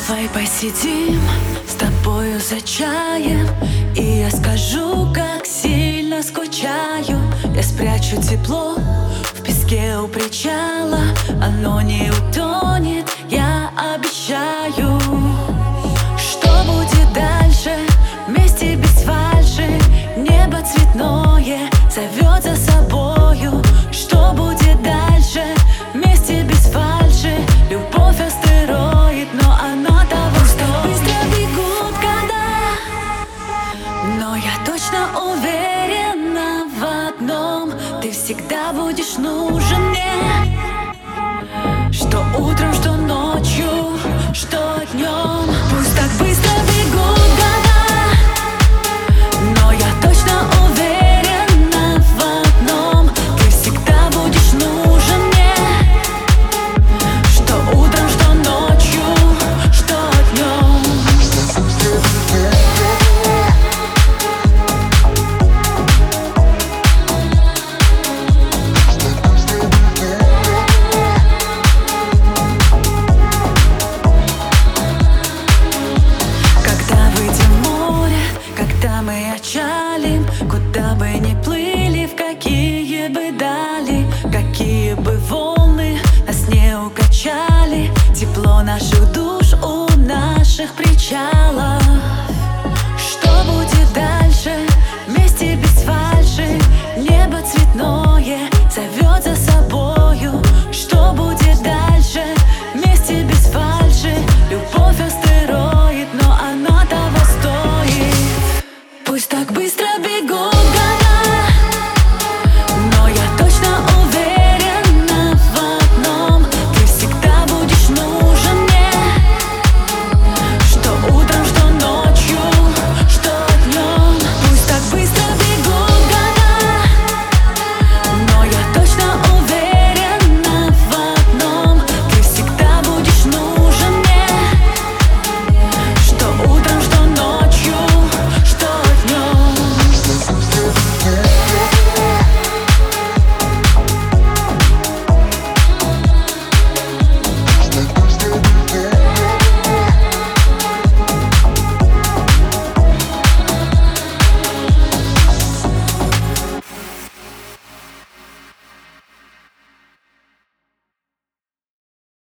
Давай посидим с тобою за чаем, и я скажу, как сильно скучаю. Я спрячу тепло в песке у причала, оно не утонет, я обещаю. Что будет дальше? Вместе без фальши. Небо цветное зовет за собою. Что будет дальше? Вместе без фальши. Любовь астероид, но она того стоит. Быстро бегут года, но я точно уверена в одном: ты всегда будешь нужен мне. Что утром, что ночью, что днем. Пусть так быстро бегут года, но я точно уверена в одном: ты всегда будешь нужен мне. Что утром, что ночью, что днем. Когда выйдем в море, когда мы отчалим, куда бы ни плыли, в какие бы дали, какие бы волны нас не укачали, тепло наших душ у наших причалов.